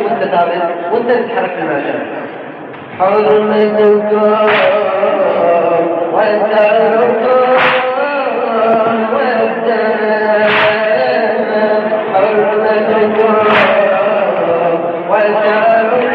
وانت ثابت وانت تتحرك في المجال. حرمتك وترك والدم، حرمتك وترك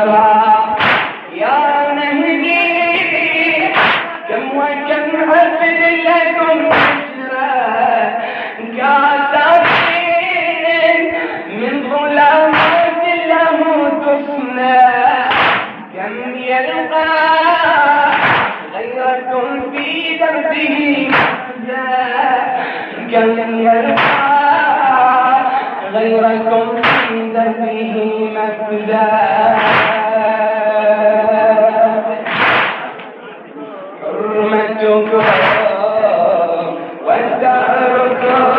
يا نهدي كم وكم عبد كم يرفع غيركم في ذنبه مفزا حرمتكم وداركم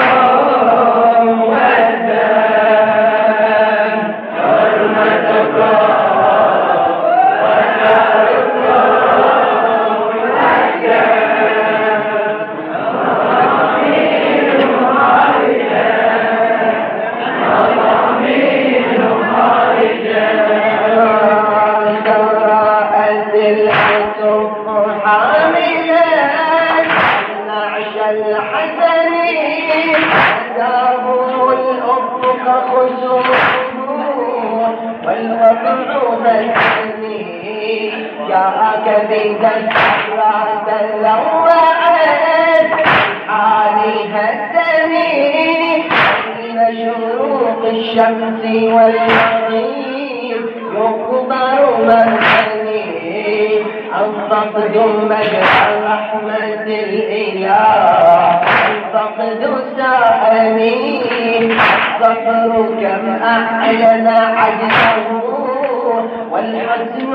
كبيدا رأس لوعت حالها الدني بين شروق الشمس والمغيب يخبر مهني الفقد مجرى رحمة الإله الفقد سأني الصبر كم أعلن عجزه والحزن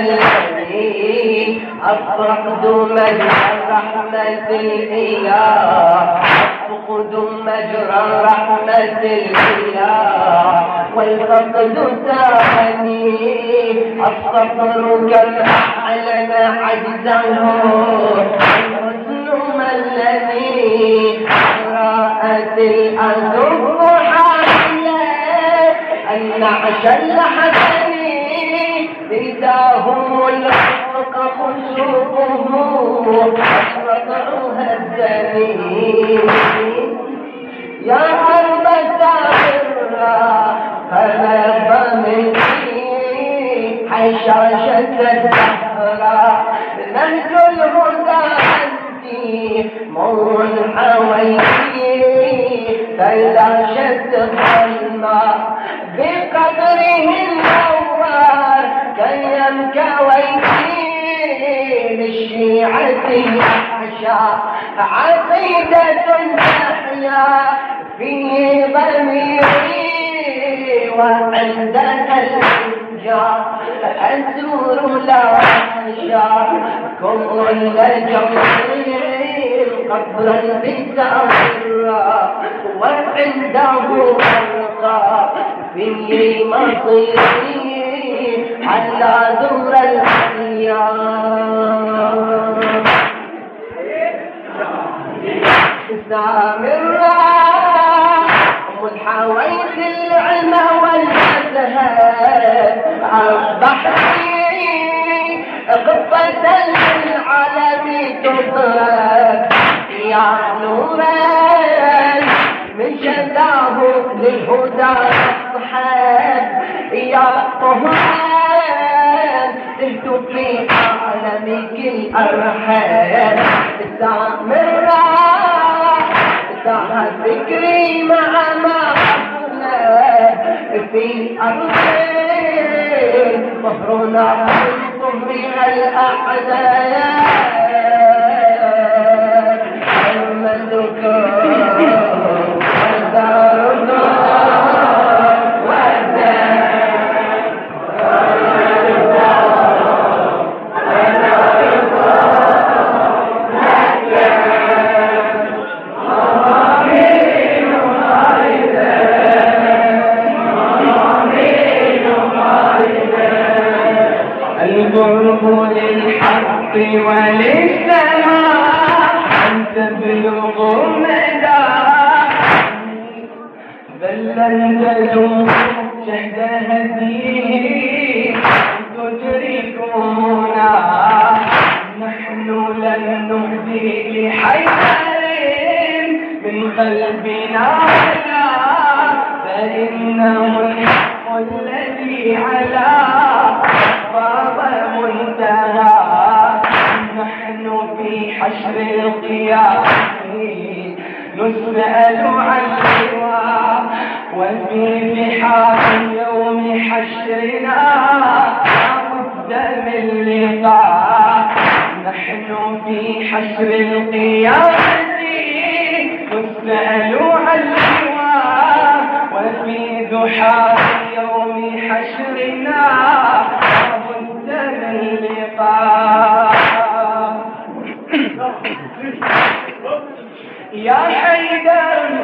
ملني الفقد مجرى رحمة الإله الفقد مجرى رحمة الإله والفقد ساهني الصبر كم أعلن عجزه والحزن ملني رأت الأذب حاملة النعش الحسن بداهم الحق خشوعه أشرطعها الدني يا أرض سافرة فنف مني حشاشة الزهرة نهج الهدى أنت مر حويتي فلاشت الظلمة بقدره النوار كيم كويتي للشيعة أحشى عقيدة تحيا في ضميري وعندك الإنجاز أزور لا أخشى كل جميل قبرا بسرى وعنده ألقى في مصيري على دور الأيام سامرة حويت العلم والمذهب أصبحتي قبة للعالم تضرب يا نورا من شداه للهدى أصحاب يا طهران زلت في عالمك الأرحام سامرة ساعة ذكري مع ما أصلت في أرضين ظهرنا من الأعداء محمدك ودارنا القرب للحق وللسماء أن تبلغ مدى بل لن تذوق شهد هديه تدركونا نحن لن نهدي لحيث من قلبنا لا فإنه الحق الذي على باب منتهى نحن في حشر القيامة نسأل عن اللواء وفي لحاظ يوم حشرنا لابد من لقاء نحن في حشر القيامة نألوا على اللواء وفي ضحى يوم حشرنا لابد من لقاء. يا حيدر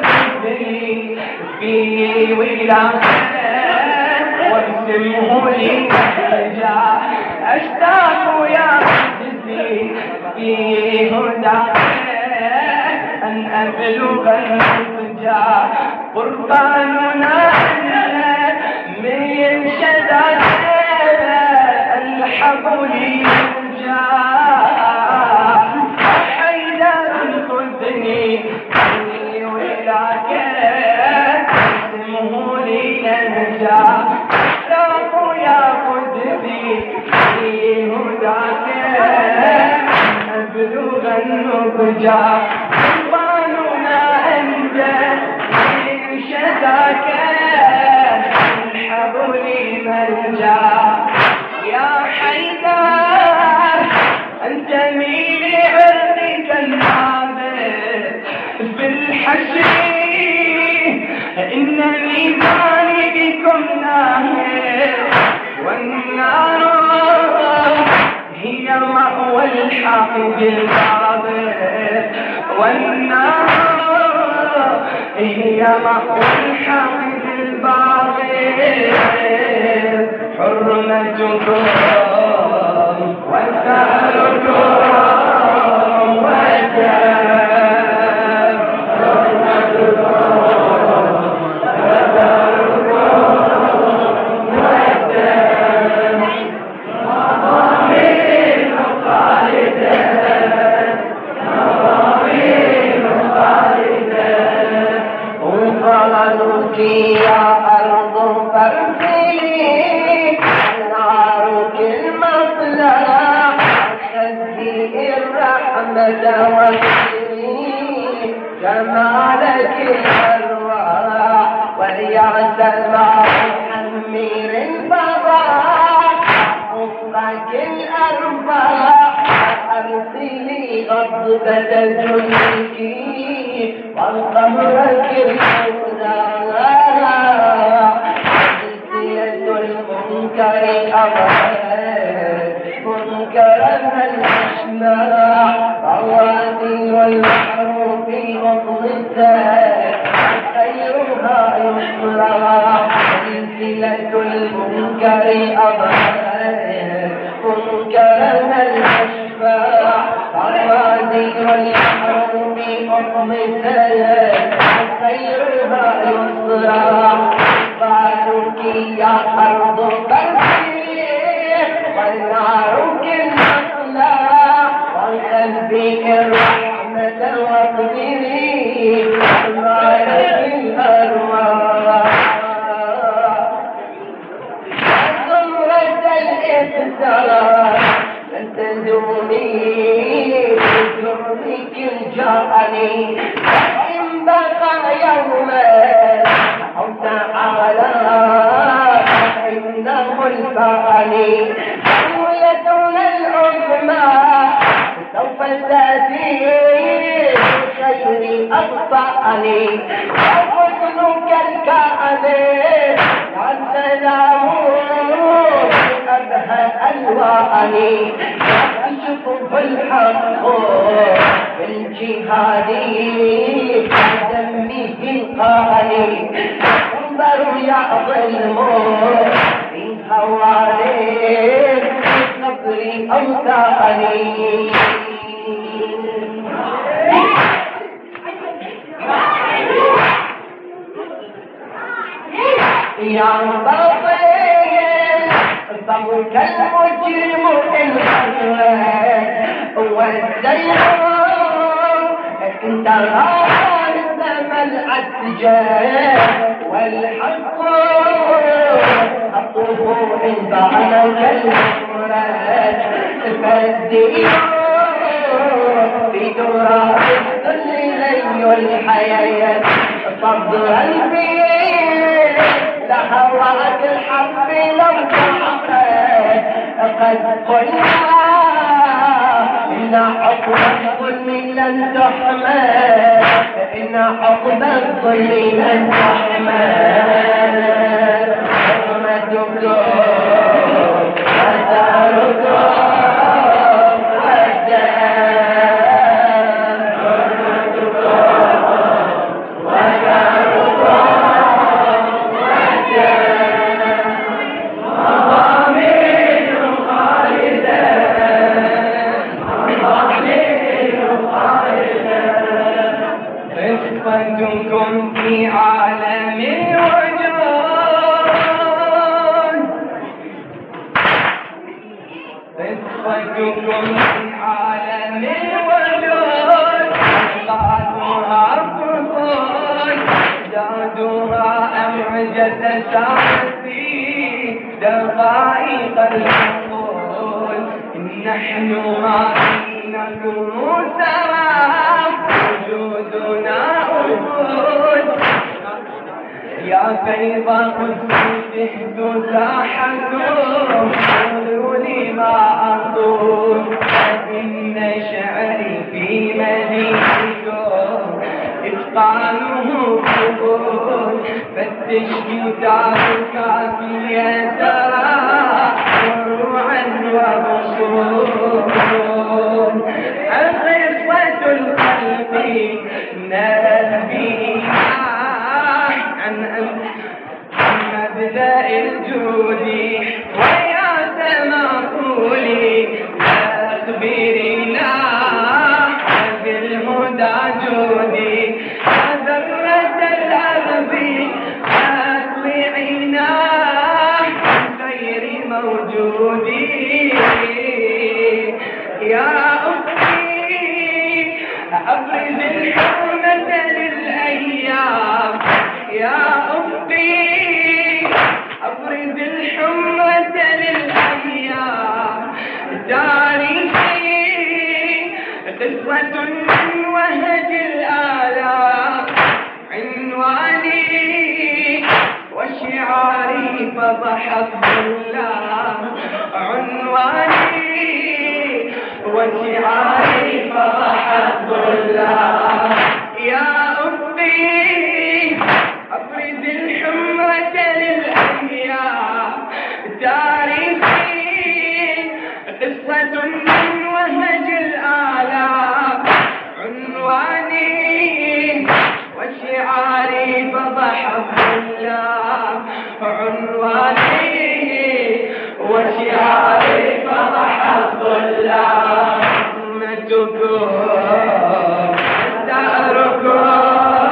في ولاية واسمه لي نجاح أشتاق يا قدسي في هداك أن أبلغ النجاح قرباننا من شداد الحق لي نجاح. حيدر خذني في ولاك اسمه لي نجاح أشتاق يا قدسي في هداك أبلغ النجاح قرباننا أنت من شداك الحبل مرجع. يا حيدر أنت من عرضك النابت بالحشر إن ميزاني بكم ناهر والنار هي مأوى الحاقد الباطل والنار هي مأوى الحاقد الباطل. حرمتكم وثاركم يا أرض فارسلي نارك المطلع شدي الرحمة واغفري جمالك الأرواح ويعز الماء حمير الفضاء أصلك الأرباح أرسلي غضبة جنك والقمرك الهدى المنكر أبدا منكرا الأشماع روادي والمحروف غضتها خيرها يسرى سلسلة المنكر أبدا منكرا الأشماع روادي والمحروف غضتها خيرها يسرى. بارك يا أرض بركي ونارك المطلع وقلبك الرحمة واقبلي جمالك الأرواح. زمرة الإبصار لن تدومي بجرمك الجاني وإن بقى يوما أو تعالى إنه الفاني دولتنا العظمى سوف تأتي خير أطفالي وحسنك الكامل والسلام أبهى ألواني يكشف الحق بالجهاد دمه القاني انظروا يا ظلم في هوالي صبري أوثاني. يا باطل صبرك المجرم والزير انت غالب الأسجار والحق حقه عند عنك المراد فالدين في تراب الذل الحياة صبرا فيه لحوات الحق لو تعقد قد قلنا إن عقوة الظلم لن تحمد إن عقب الظل الرحمن رحمتكم وداركم خفتكم في عالم الوجود خفتكم في عالم الوجود قالوها فصول زادوها أمعجة ساعتي دقائق العقول نحن ما فينكم سواء وجودنا أبود يا فيض قدس ساحكم قولوا لي ما أقول فإن شعري في مدينكم إتقانه قبول فتش كتابك في ترى فروعا وبصول القصة القلب نبيها عن مبدأ الجود ويا تماثلي أخبرنا بالهدى جودي ذرة الأرض أطلعنا غير موجودي يا أختي أبرز الحرمة للأيام يا أختي أبرز الحرمة للأيام تاريخي قصة من وهج الآلام عنواني وشعاري فضحك الله عنواني وشعاري فضحك الله يا أختي أبرز الحمرة للأحياء تاريخي قصة من وهج الآلام عنواني وشعاري فضحك الله عنواني وشعاري فضحك الله رحمتكم داركم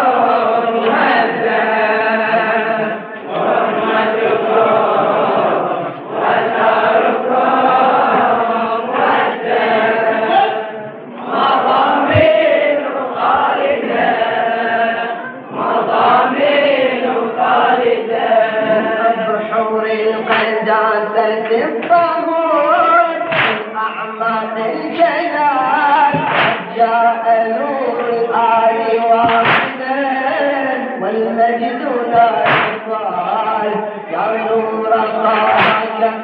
والمجد لا يقال يا نور الله كم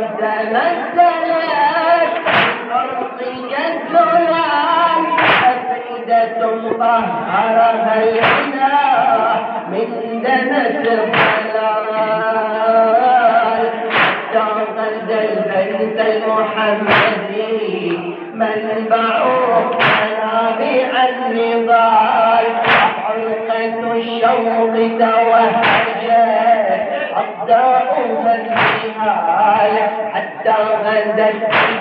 تنزلت أرضي الزلال أفئدة طهرها الإله من دنس الضلال تعقد البيت المحمدي منبعه منابع النضال حلقة الشوق توهجت أبداؤها النهال حتى غدت بيت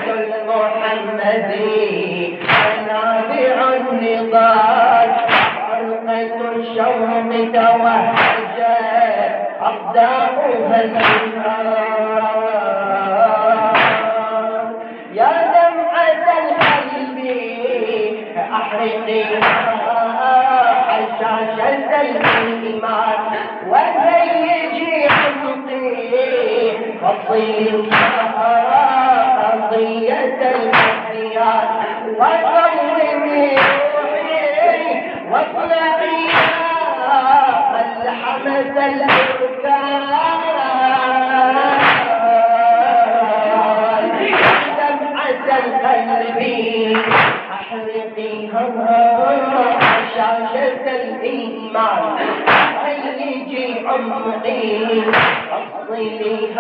المحمدي منابع النضال حلقة الشوق توهجت أبداؤها النهال يا دمعة القلب أحرقيها شاشة الإيمان وهيجي عمقي وصيها قضية المسيان وقومي روحي واطلعيها ملحمة الأركان دمعة القلب أحرقيها شاشة الإيمان هيجي عمري أصليها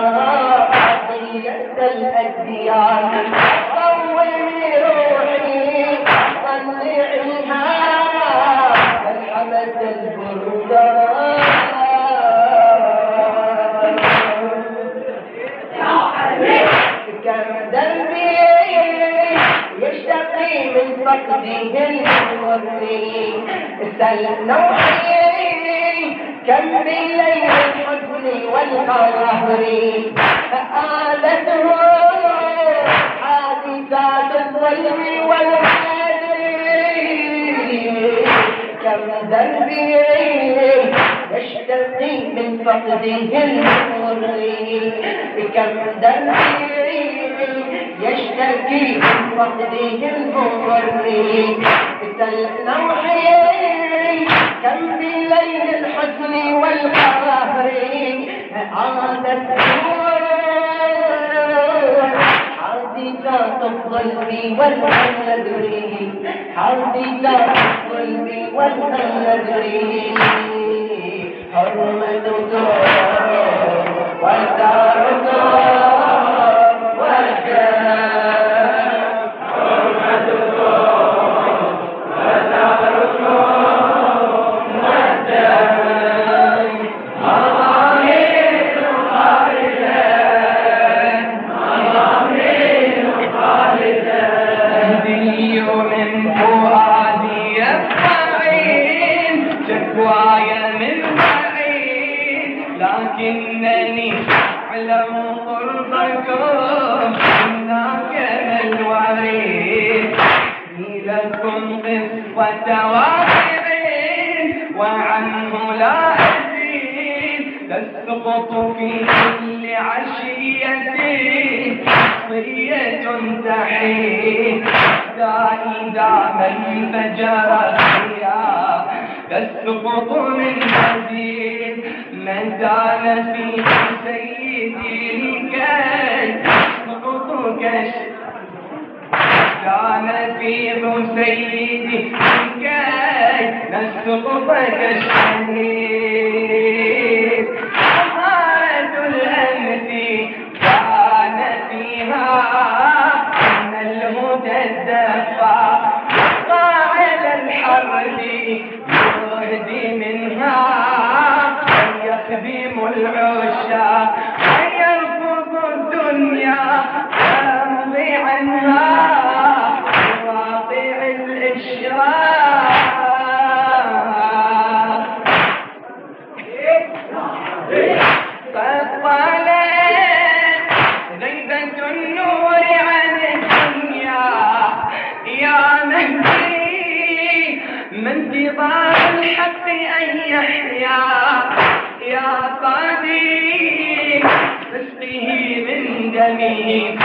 عطية الأديان طولي روحي طلعيها ملحمة البردان كم ذنبي يشتقي من فقده المغري سل نوحي كم بالليل الحزن والقهر آلته حادثات الظلم والقدر كم ذنبي يشتقي من فقده المغري كم ذنبي يشتكي من فقده المغري نوحي كم بالليل الحزن والقهر عادت حادثات الظلم والقدر حادثات الظلم والقدر حرمتك ودارك لكنني أعلم قربكم إنك الوريد لكم قصة واقع وعنه لا أزيد تسقط في كل عشية وصية تحيد إذا من فجر فيها تسقط من جديد من كان في سيدي كي تسقط كان في سيدي كي نسقط كالشهيد حماة الأمس كان فيها أن الهدى الدفا على الحرب يهدي منها يخدم العشاق ويرفض الدنيا يمضي عنها واقع الإشراق قد طالت غيبة النور عن الدنيا يا مهدي من انتظار الحق أن يحيا يا صديق تسقيه من دمه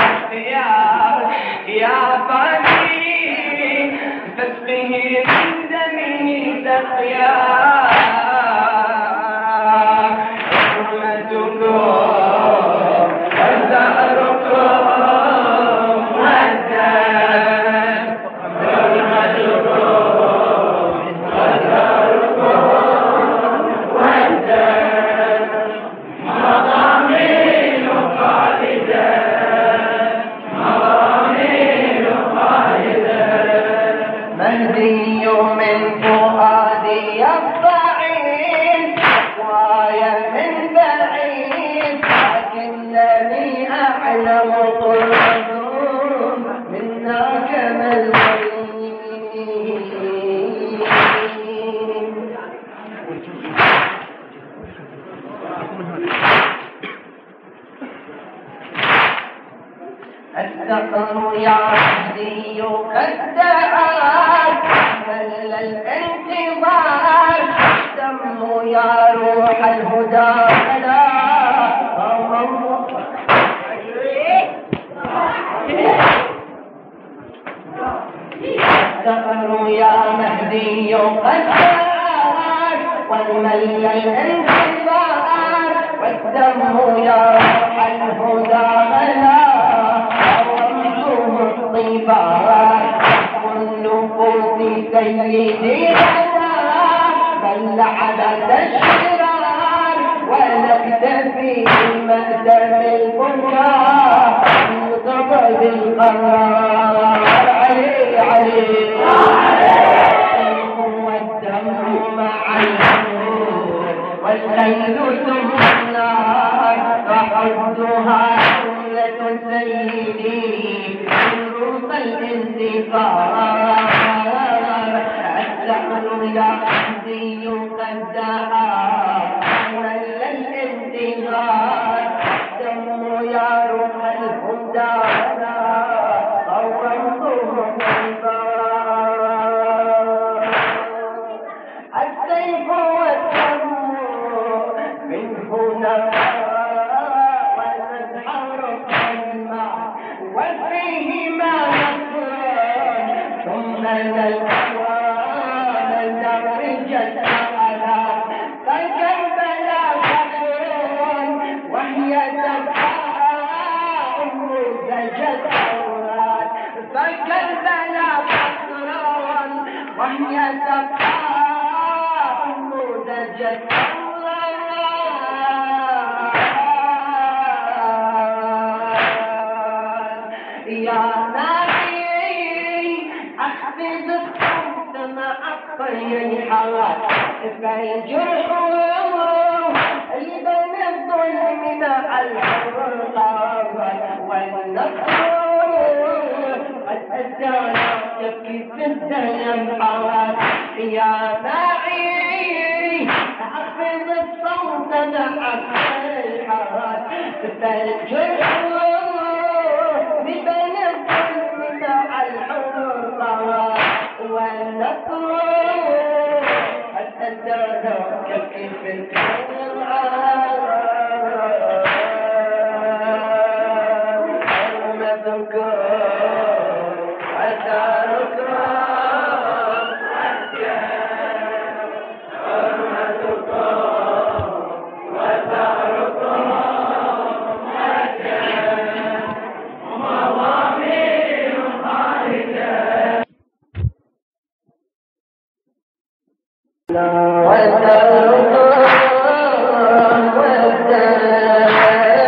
يا صديق تسقيه من دمه سقيا حرمتكم وزهركم والدم مهدي من فؤادي الضعيف ويا من بعيد لكنني أعلم طلبهم منا كما الدهر يا مهدي قد دعاك مل الانتظار الدم يا روح الهدى لا الدهر يا مهدي قد دعاك ومل الانتظار والدم يا روح الهدى لا الطيبات كل قوتك سيدي هذا بل عدد الشرار ونكتفي بمأتم البكاء بغضب القرار علي علي والدم مع النور والليل ثم النار فحزها سنة سيدي شروط الانتصار السحر يا حمدي قد دعا عمل الانتظار الدم يا روح الهدى صورته السيف والدم من هنا ونسحر الدماء وفيهما نصر ثم نلقى من درج الأعلى فكربلا فخر وهي تبقى أموذج الثورات فكربلا فخر وهي تبقى أموذج الثورات يا نبي أخفض الصوت مع الصيحات فالجرح لبن الظلم مع الحرقات والنصر قد أدانا تبكي في الدمعات يا معي أخفض الصوت مع الصيحات فالجرح لبن الظلم مع الحرقات والنصر قد أدانا تبكي في الدمعات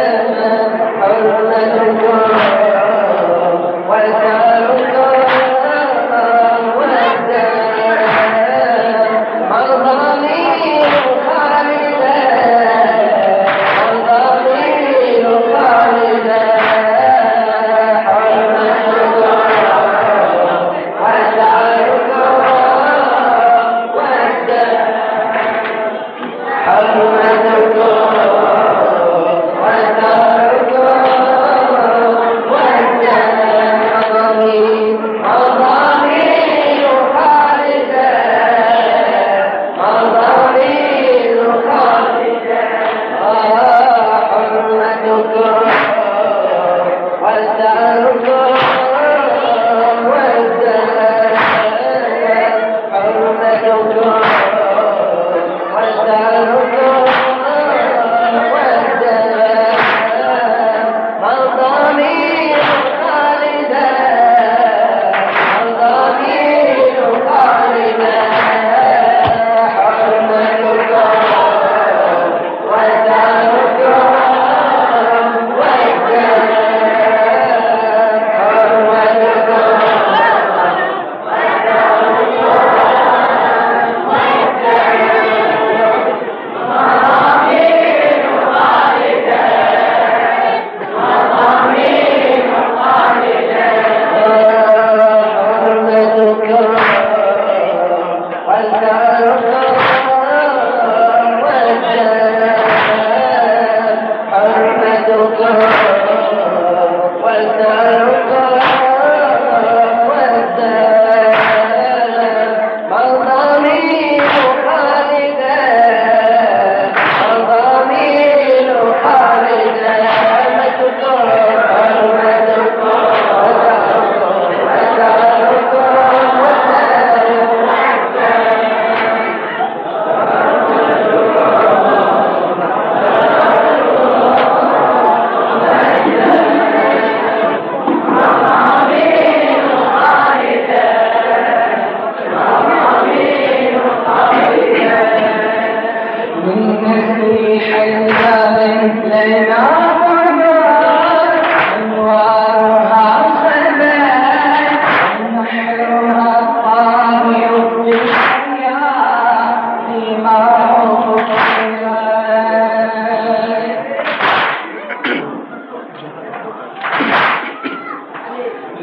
وترك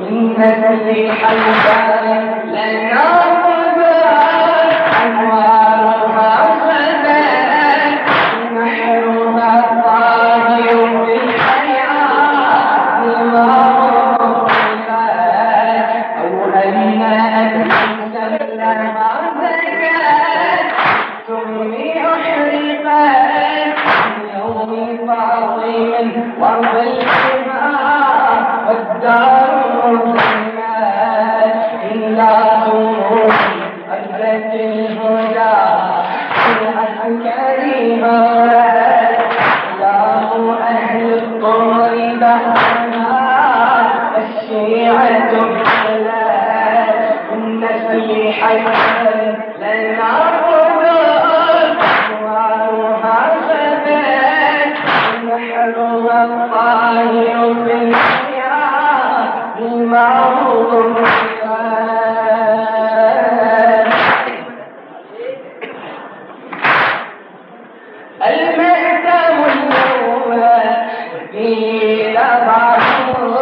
من نسل حيدان لنا أنوارها غدان نحرها طاهر بالحياة لمرضها أو أن سلها زكاة ثم أحرقت يوم فاضل وارض الحمى والدار مظلمات إلا صمود أجلت الهدى كريما الله أهل الطور بهنا الشيعة بلاد النسل حيا لنا قدر وروها ثبات نحرها الطاهر بالحياة المعروض المأتم اليوم في لبعض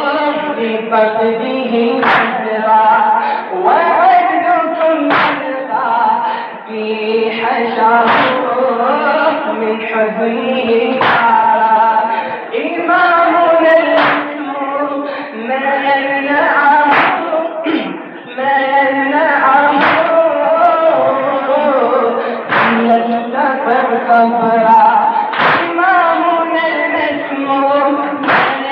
بفقده نزرع وعدكم نزرع في حشاه من حزنه نارا إمامنا المسموم صبرا إمامنا المسموم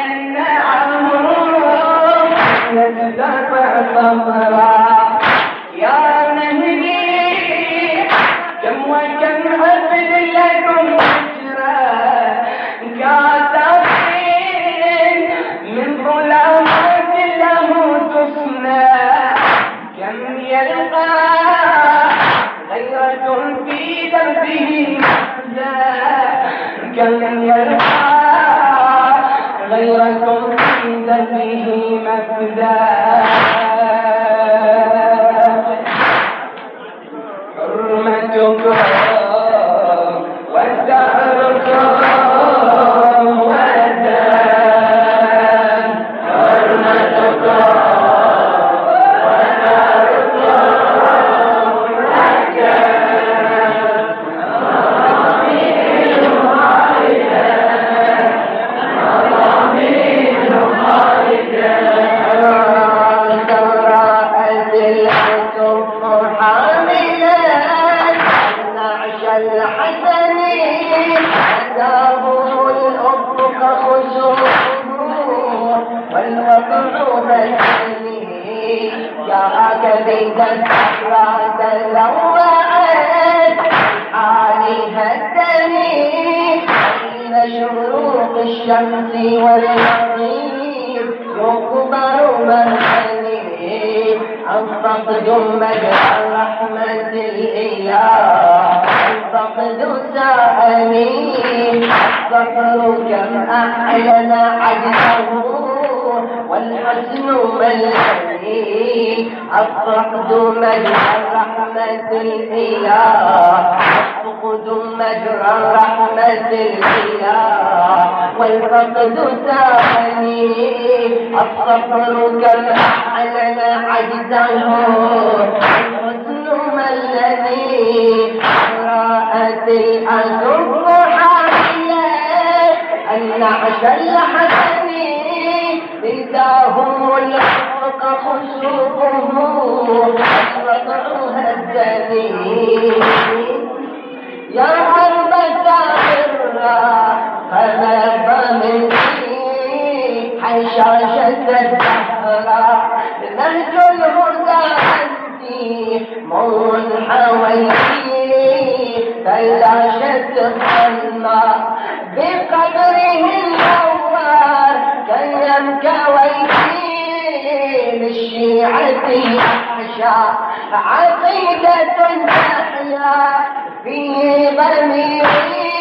نتدفع صبرا يا نهدي كم وكم عبد لكم هجرا كاتبين من ظلامات له تصنع كم يلقى غيرة في دربه كم يلقى غيرة في دربه مفزا حرمتكم ودهركم الشمس والنصير يكبر منحني الفقد مجرى رحمة الإله الفقد سأني الفقر كم أعلن عجزه والحزن ملحني الفقد مجرى رحمة الإله الفقد مجرى رحمة الإله والفقد سأني الصبر كم أعلن عجزه الحزن ملني رأت الأسف حاملا النعش الحسني رداه الحق خشوعه أسرقها الدني يا أرض سافرا فذهب مني حشاشة الدهر نهج الهدى أنت مر حويتي تلاشت الظلمة بقدره النوار كيم كويتي للشيعة أحشى عقيدة تحيا في ضميري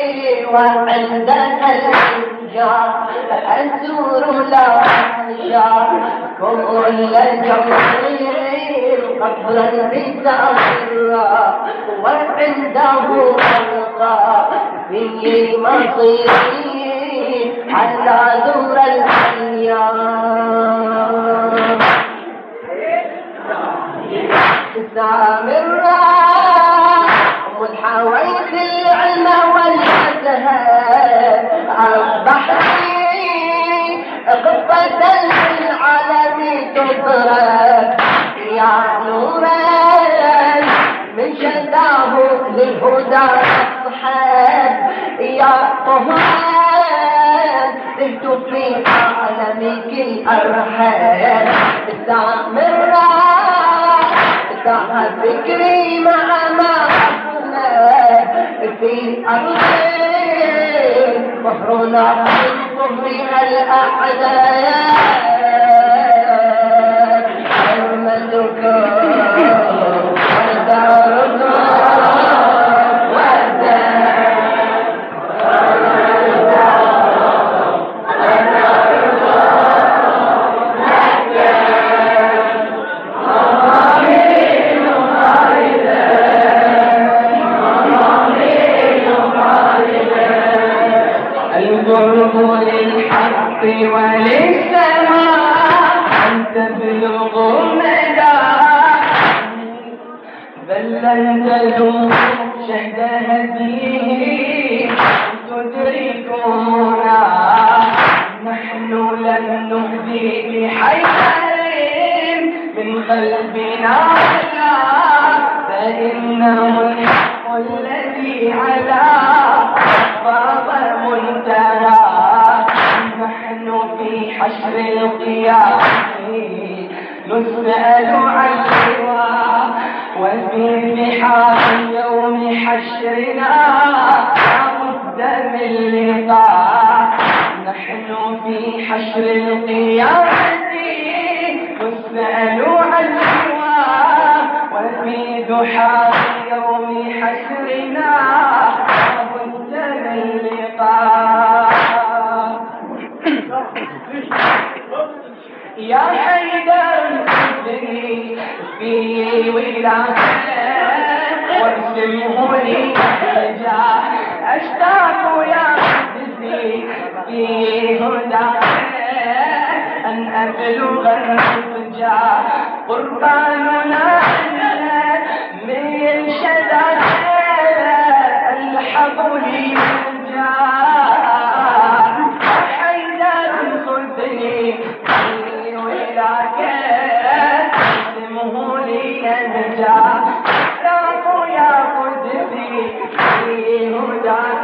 وعندها الإنجاز أزور لا أخشى كل جميل قبل بسافر وعنده ألقى في مصيري على دور الأيام نظام الراح مذ حويت العلم والمذهب أصبحتي قصة للعالم تضرب يا نورا من شداه للهدى أصحاب يا طهران زدت في عالمك الأرحام نظام الراح ساعة فكري مع ما حصلنا في أرضي بحرنا بها الأعداء حرمتك ودارك للحق وللسماء أن تبلغوا مدى بل لن تذوق شهد هديه تدركونا نحن لن نهدي بحيث من قلبنا لا فإنه الحق الذي على باب منتهى نحن في حشر القيامة نسأل عن اللواء وفي بحار يوم حشرنا لابد من لقاء نحن في حشر القيامة نسأل عن اللواء وفي ضحى يوم حشرنا لابد من لقاء يا حيدر خذني في ولايتك واسمه لي نجاح اشتاق يا قدسي في هداك ان ابلغ النجاح قرباننا من شداك الحق لي نجاح حيدر خذني اسمه لي نجاح اشتاق يا قدسي في هداك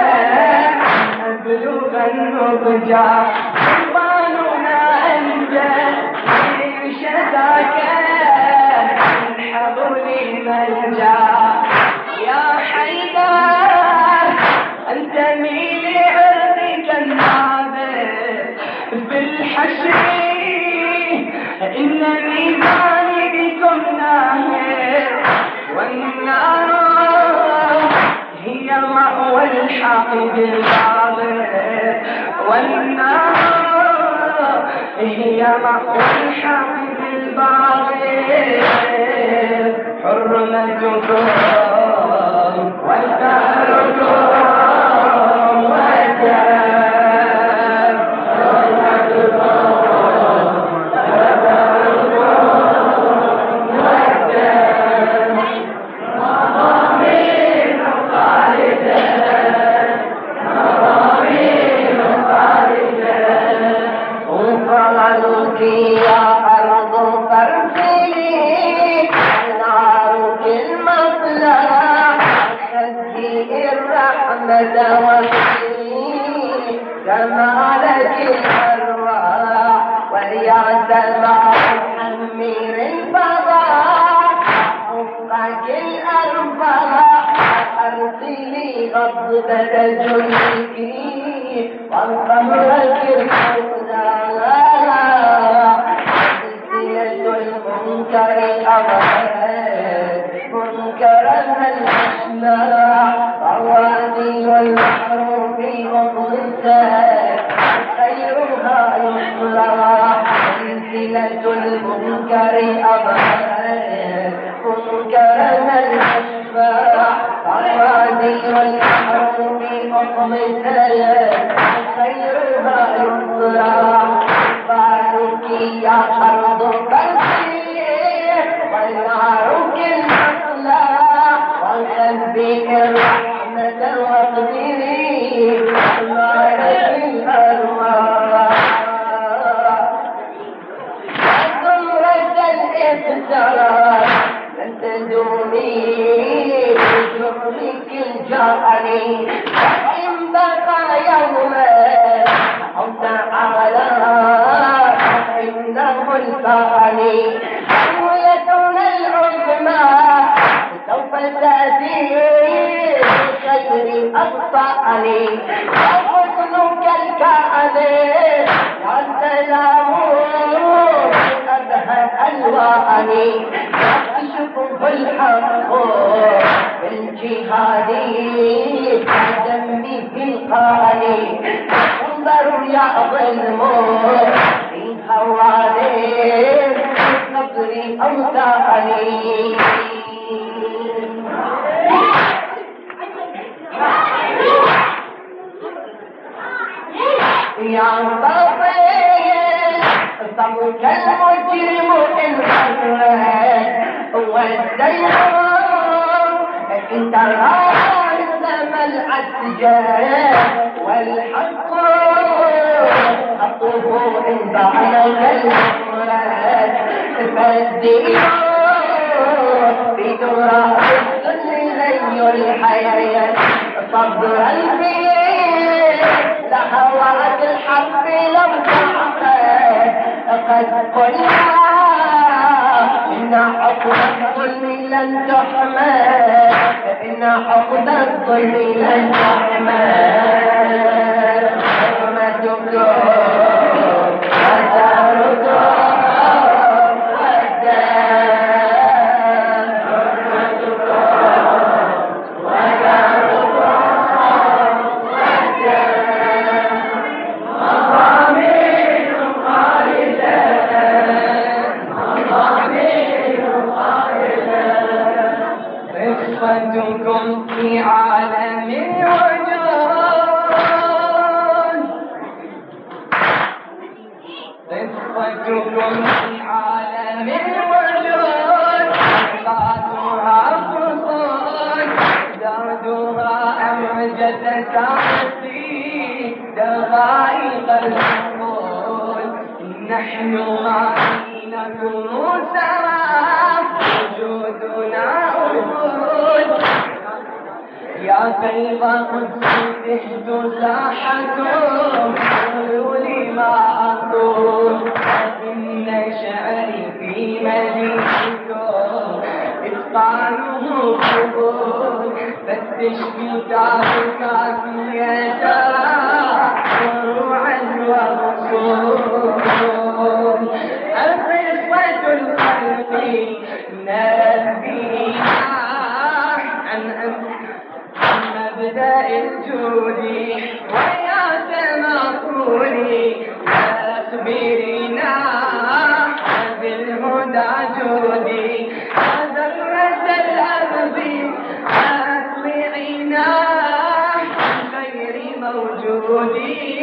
ابلغ النجاح قرباننا انت في شداك الحق لي نجاح يا حيدر انتمي لعرضك النابل بالحشر إن ميزاني بكم ناهر والنار هي مأوى الحاقد الباغر والنار هي مأوى الحاقد الباغر حرمتكم وثأركم جمالك الأرواح ويا سماء حمير الفضاء أفقك الأرباح أرسلي غضبة جنيك والظهرك الحوزاء سلسلة المنكر أبد منكرا الأشناع رواني والمحروم مضلسة خيرها يصلح سلسلة المنكر أبد منكرا الأشناع رواني والمحروم مضلسة خيرها يصلح بارك يا أرض بركي ونارك الثاني وحسنك الكامل والسلام أبهى الواني يكشف الحق بالجهاد كدمه القاني انظر يا ظلم في هواني صبري أوثاني يا بطيء صمك المجرم إن خرج والديان إن ترى الزم العسجان والحق خطه إن بعلق المفرد فالديان في دراء السن الحياة صبرا فيه لهوات الحرب لو تعقد قد قلنا إن عقد الظلم لن تحمد إن عقد الظلم لن تحمد حرمتك ودارك في عالم الوجود قصتكم في عالم الوجود قصتها فصول دردها أمجد تأتي دقائق الفصول نحن معينكم سوا وجودنا أصول يا طيب قدس تهد ساحكم قولوا لي ما أقول إن شعري في مدينتكم إتقانه قبول فتش كتابك كافية فروعا وأصول القصة الخلق نبينا عن مبدأ الجود ويا تماثلي أخبرنا بالهدى جودي ذرة الأرض أطلعنا غير موجود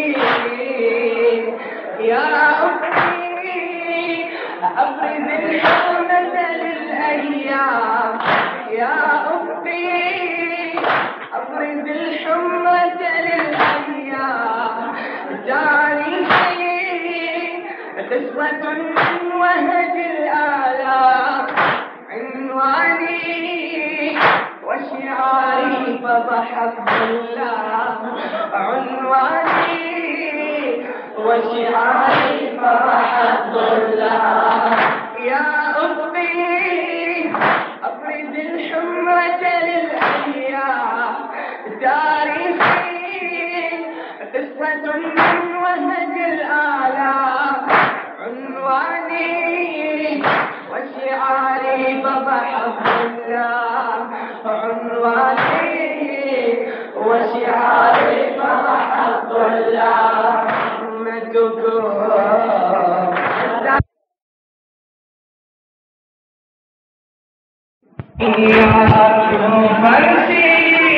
يا أختي أبرز الحرمة للأيام يا أختي أبرز الحمة للأيام تاريخي قصة من وهج الآلام عنواني وشعاري فضحك الله عنواني وشعاري فضحك الله يا أختي أبرز الحمة للأيام تاريخي قصة من وهج الآلام عنواني وشعاري فضحك الله عنواني وشعاري فضحك الله رحمتكم فرسي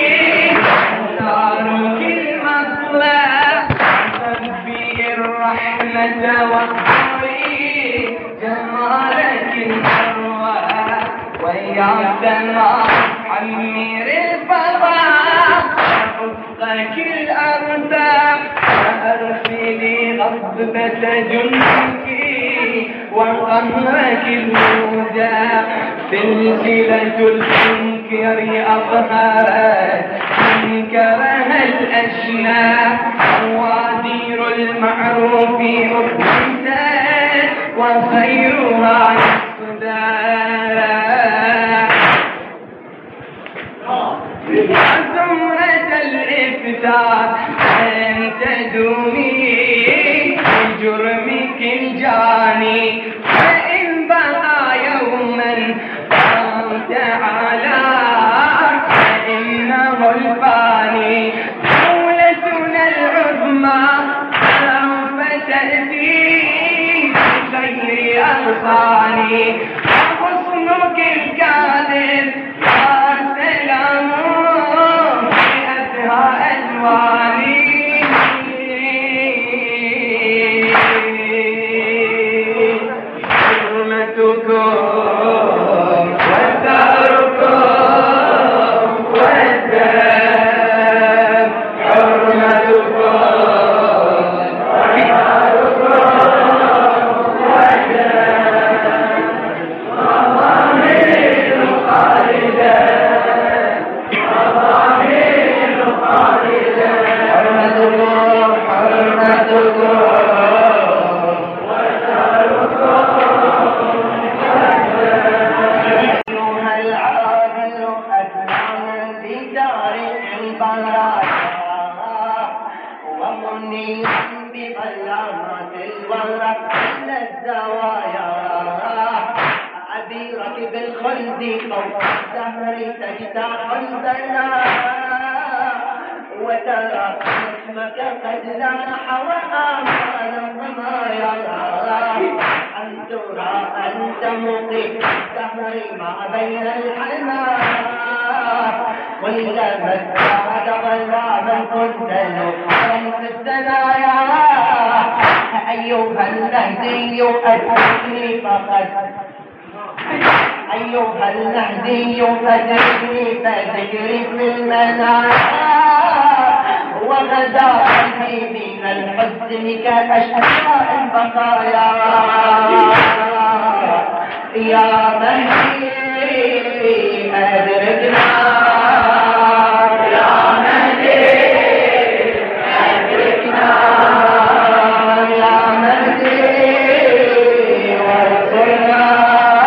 دارك المطلع سبي الرحمة والطري جمالك الأروى ويا سماء عمير الفضاء أفقك الأرزاق فأرسلي غضبة جندك وقهرك الموجى سلسلة المنكر أظهرت منكرها الأشناء وادير المعروف أبرزت وخيرها الصداع زمرة الإفك افتات أنت دومي جرمك الجاني فإن بقى يوما قمت على فإنه الفاني دولتنا العظمى سوف تأتي بخير أغصاني وحسنك الكاذب يا سلام بأزهى ألواني حرمتكم وثاركم والدم تجتاح البلاء وترى اسمك قد لاح وآمال الضمايا أن ترى أنت مقيم الدهر ما بين الحمى كلما ازداد ظلاما كنت نورا في الثنايا أيها المهدي أدركني فقد أيها المهدي فادركني فذكري في المنايا وغدا قلبي من الحزن كأشياء البقايا يا مهدي أدركنا يا مهدي أدركنا يا مهدي وانصرنا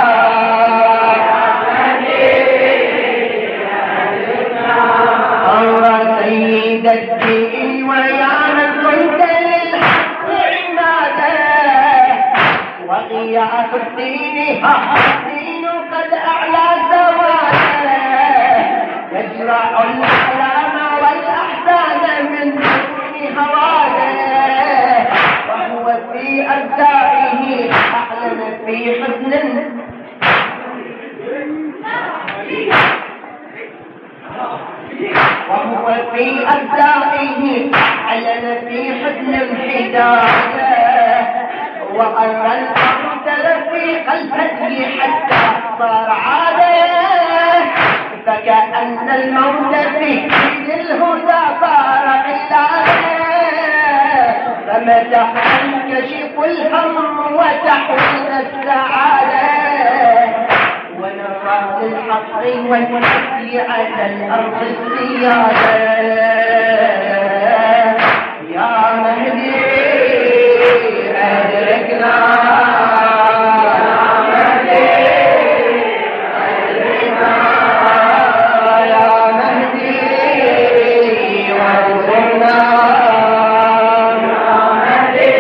الدين ويا من كنت للحق عمادا وغياث الدين الدين قد أعلى زوادا يجرع الأحلام والأحزان من دون هوادا وهو في أجزائه أعلن في حزن وهو في أجزائه علن في حزن حداية وأرى الأرض في قلبه حتى صار عادة فكأن الموت في الهدى صار علاجة فمتى ينكشف الهم وتحويل السعادة ونرى للحق والنفي على الأرض السيادة يا مهدي أدركنا يا مهدي أدركنا يا مهدي وانصرنا يا مهدي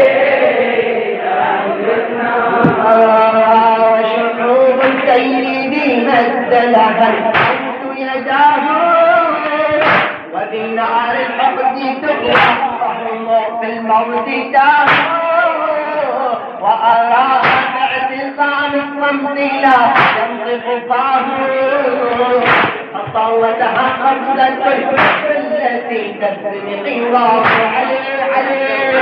أدركنا وشعوب سيدي مدلها الحمد يداه وبنار الحقد تقوى في الموت داه وأرى باعتصام الصمت لا ينطق فاه فطوتها قبضة التي تسري قواه عليه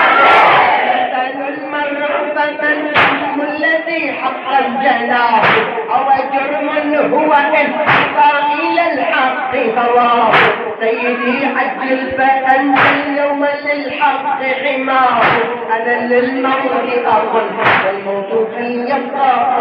فمن الذي حقا جناه أو جرم هو انتقى إلى الحق هواه سيدي عجل فأنت اليوم للحق حماه أنا للموت أقل والموت في يبقى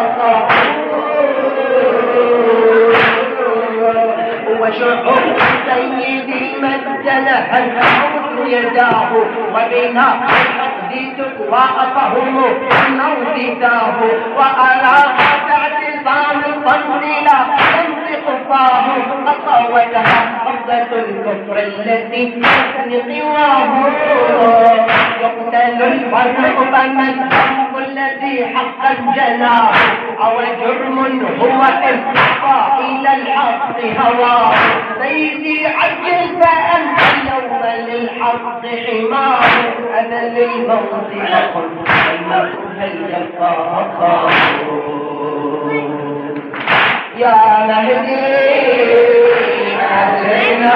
وشعور سيدي مجنح الموت يداه وبنا تقوى فهم الموت داه وأرى باعتصام الصمت لا ينطق فاه خطوتها عقبة الكفر التي تثني قواه يقتل الفرق فمن الذي حقا جناه أو جرم هو إفضى إلى الحق هواه سيدي عجل فأنت اليوم للحق حماه أنا للموت أخذ الموت الجفار يا مهدي أهلنا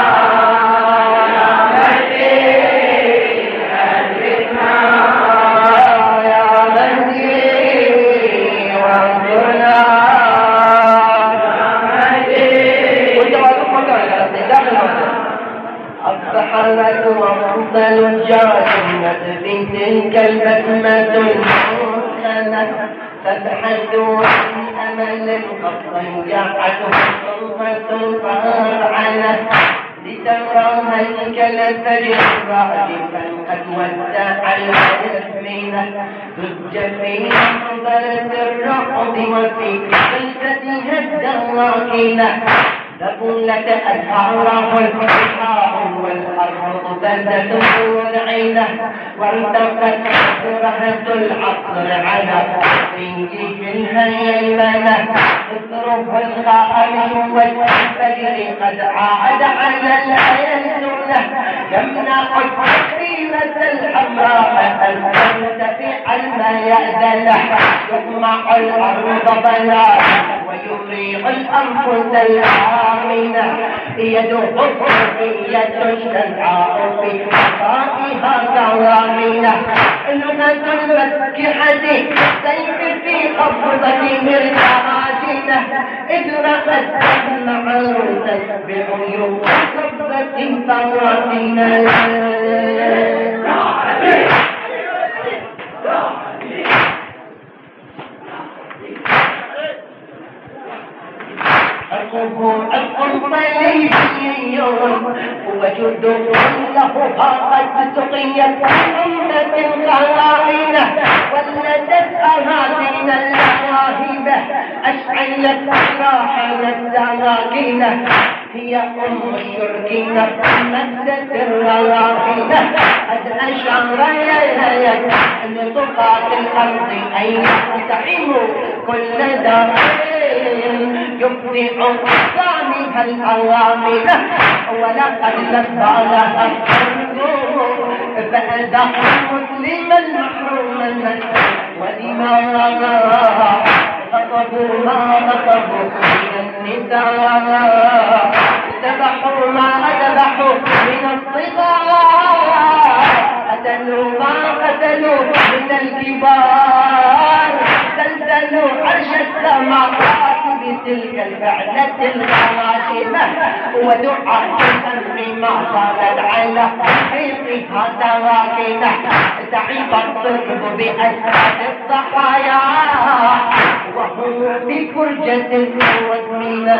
أصبحت وأفضل الجنة في تلك البسمة المحسنة تبحثوا عن أمل قد ضيعته صلفة فرعنة لترى هيكل الفجر راجفا قد ودع الأزمنة تج في منظرة الرعب وفي جلستها الدراكنة لقولة أسعاره الفحاء والأرض بلدة والعينة وارتقت رهة العصر على فيه الهيمنة اصرف الخائن والفجر قد عاد على الأيسنة يمنع الحقيمة الحمراء أن تنتفع الميادنة يطمع الأرض بلاء ويفريغ الأنفس الآمنة يده الصوفية الشجاع في خطائها كرامنة لغة المسكحة سيف في قبضة مرتعاشنة إذ رأت تسمع بعيون قبضة فراتنة القنطليبي وجد له قد سقيت أمة الغائنة ولدت أهاتين المواهب أشعلت راحل السلاكينة هي أم الشركينة مدت الرواحنة قد أشعر يديك لطقات الأرض أين تحم كل دارين يبدع صانها الأوامر ولقد لبى لها الصندوق فأذى مسلما محروما ولما غضبوا ما غضبوا من النساء ذبحوا ما ذبحوا من الصغار قتلوا ما قتلوا من الكبار زلزلوا عرش السماوات بتلك الفعلة الغواشمة ودعا بالأمر ما صارت على حقيقها سواكنة تعيب الطب بأسعد الضحايا وهم بفرجة وزمنة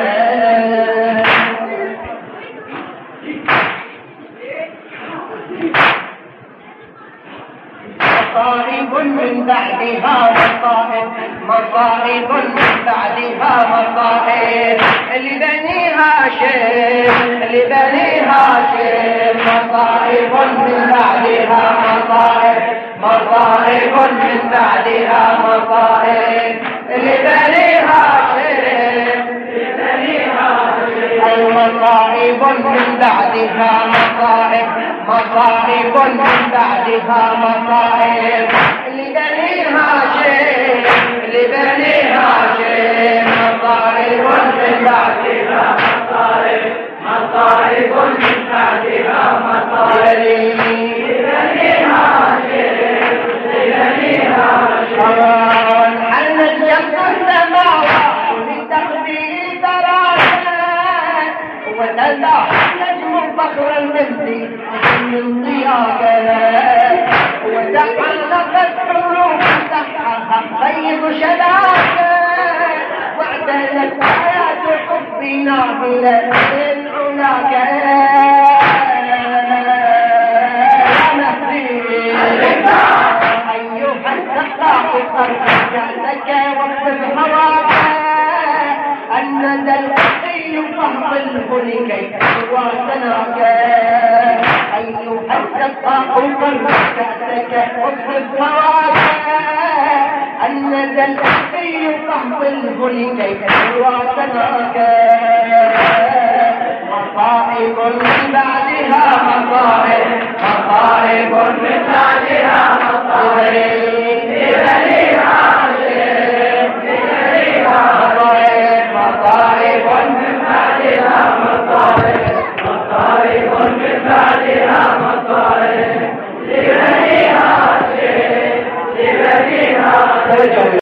مصائب من بعدها مصائب مصائب من بعدها مصائب لبني هاشم لبني هاشم مصائب من بعدها مصائب مصائب من بعدها مصائب لبني هاشم لبني هاشم مصائب من بعدها مصائب مصائب من بعدها مصائب لبني هاشم لبني هاشم مصائب من بعدها مصائب مصائب من بعدها مصائب لبني هاشم لبني هاشم حلت شمس السماوات لتخفي ثراها وتزاح نجم فخر المهدي من ضياء وتحلقت حروف تحتها طيب شبابه واعتلت حياة حبنا بلا عناك يا مهدي أيها السحاق قد جعلك واكتب هواك أن ذا الحقيق فاهضله لكي واتناك أيها السقاء قرب كأسك اصرف هواك أن ذا الأبي فاهضله لكي واتناك مصائب من بعدها مصائب من بعدها مصائب